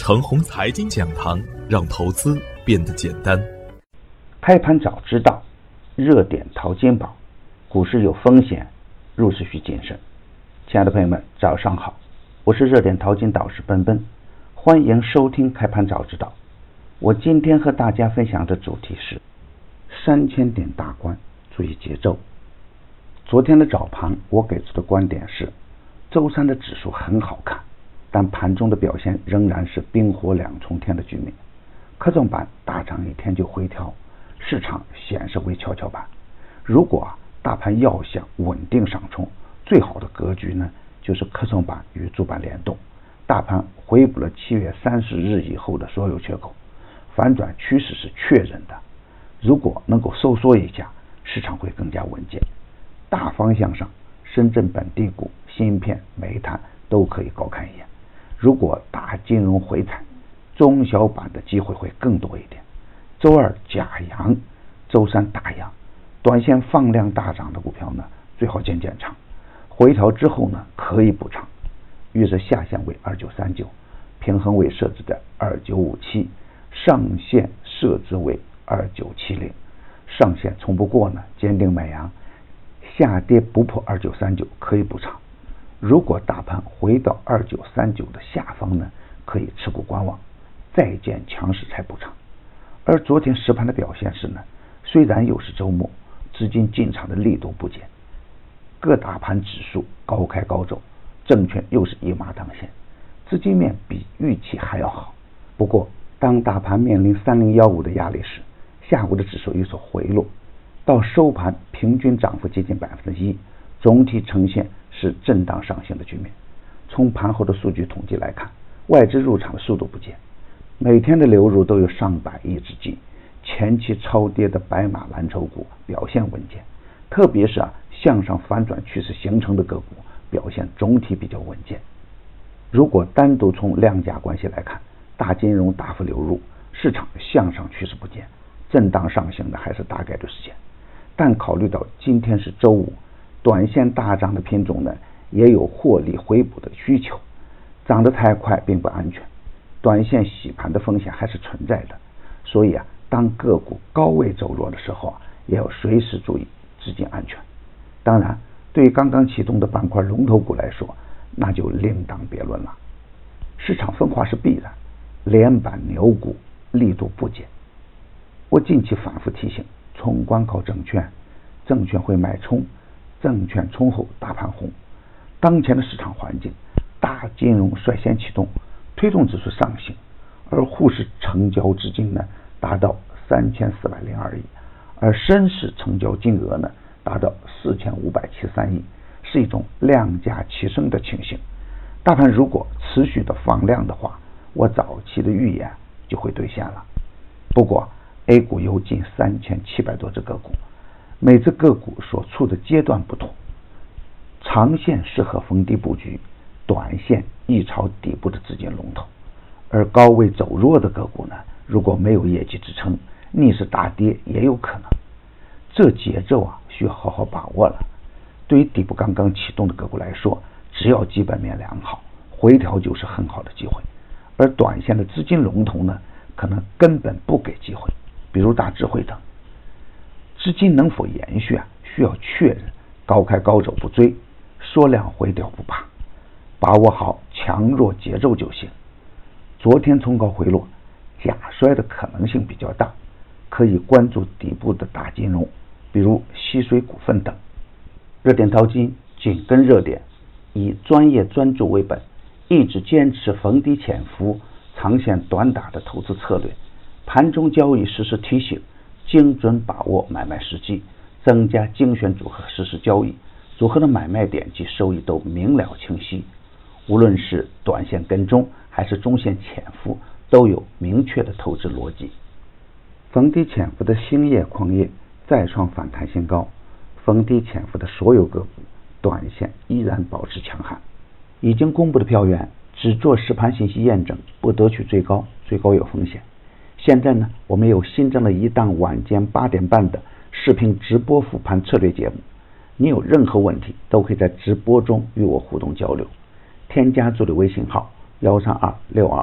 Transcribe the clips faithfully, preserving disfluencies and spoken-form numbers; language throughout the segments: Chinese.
程红财经讲堂，让投资变得简单。 开盘早知道，热点淘金宝，股市有风险，入市需谨慎。亲爱的朋友们，早上好，我是热点淘金导师奔奔，欢迎收听开盘早知道。我今天和大家分享的主题是三千点大关，注意节奏。昨天的早盘我给出的观点是，周三的指数很好看，但盘中的表现仍然是冰火两重天的局面。科创板大涨一天就回调，市场显示为跷跷板。如果、啊、大盘要想稳定上冲，最好的格局呢，就是科创板与主板联动，大盘回补了七月三十日以后的所有缺口，反转趋势是确认的。如果能够收缩一下，市场会更加稳健。大方向上，深圳本地股、芯片、煤炭都可以高看一眼。如果大金融回踩，中小板的机会会更多一点。周二假阳，周三大阳，短线放量大涨的股票呢，最好减减仓，回调之后呢，可以补仓。预设下限为二九三九，平衡位设置在二九五七，上限设置为二九七零，上限冲不过呢，坚定买阳，下跌不破二九三九可以补仓。如果大盘回到二九三九的下方呢，可以持股观望，再见强势才补仓。而昨天实盘的表现是呢，虽然又是周末，资金进场的力度不减，各大盘指数高开高走，证券又是一马当先，资金面比预期还要好。不过当大盘面临三零一五的压力时，下午的指数有所回落，到收盘平均涨幅接近百分之一，总体呈现是震荡上行的局面。从盘后的数据统计来看，外资入场的速度不减，每天的流入都有上百亿之巨，前期超跌的白马蓝筹股表现稳健，特别是啊向上反转趋势形成的个股表现总体比较稳健。如果单独从量价关系来看，大金融大幅流入，市场向上趋势不减，震荡上行的还是大概率事件。但考虑到今天是周五，短线大涨的品种呢，也有获利回补的需求，涨得太快并不安全，短线洗盘的风险还是存在的。所以啊，当个股高位走弱的时候啊，也要随时注意资金安全。当然，对于刚刚启动的板块龙头股来说，那就另当别论了。市场分化是必然，连板牛股力度不减。我近期反复提醒，冲关靠证券，证券会脉冲，证券冲后大盘红。当前的市场环境，大金融率先启动，推动指数上行，而沪市成交资金呢达到三千四百零二亿，而深市成交金额呢达到四千五百七十三亿，是一种量价齐升的情形。大盘如果持续的放量的话，我早期的预言就会兑现了。不过 A 股有近三千七百多只个股，每只个股所处的阶段不同，长线适合逢低布局，短线一朝底部的资金龙头。而高位走弱的个股呢，如果没有业绩支撑，逆势大跌也有可能。这节奏啊，需要好好把握了。对于底部刚刚启动的个股来说，只要基本面良好，回调就是很好的机会。而短线的资金龙头呢，可能根本不给机会，比如大智慧等。资金能否延续啊，需要确认，高开高走不追，缩量回调不怕，把握好强弱节奏就行。昨天冲高回落，假摔的可能性比较大，可以关注底部的大金融，比如西水股份等。热点淘金紧跟热点，以专业专注为本，一直坚持逢低潜伏、长线短打的投资策略。盘中交易实时提醒，精准把握买卖时机，增加精选组合实时交易，组合的买卖点及收益都明了清晰。无论是短线跟踪还是中线潜伏，都有明确的投资逻辑。逢低潜伏的兴业矿业再创反弹新高，逢低潜伏的所有个股短线依然保持强悍。已经公布的票源只做实盘信息验证，不得取最高，最高有风险。现在呢，我们有新增了一档晚间八点半的视频直播复盘策略节目，你有任何问题都可以在直播中与我互动交流。添加助理微信号幺三二六二二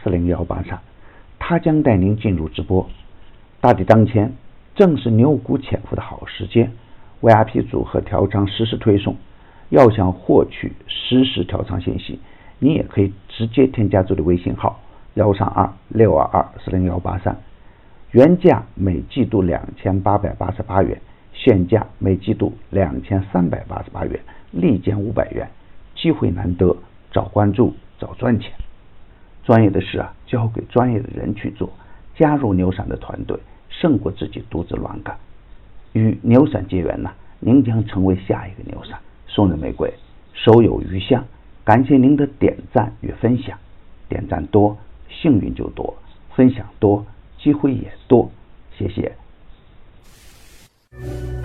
四零一八三，他将带您进入直播。大敌当前，正是牛股潜伏的好时间。V I P 组合调仓实时推送，要想获取实时调仓信息，你也可以直接添加助理微信号幺三二六二二四零一八三，原价每季度两千八百八十八元，现价每季度两千三百八十八元，立减五百元，机会难得，早关注早赚钱。专业的事啊，交给专业的人去做，加入牛散的团队，胜过自己独自乱干。与牛散结缘呢，您将成为下一个牛散。送人玫瑰，手有余香。感谢您的点赞与分享，点赞多，幸运就多；分享多，机会也多。谢谢。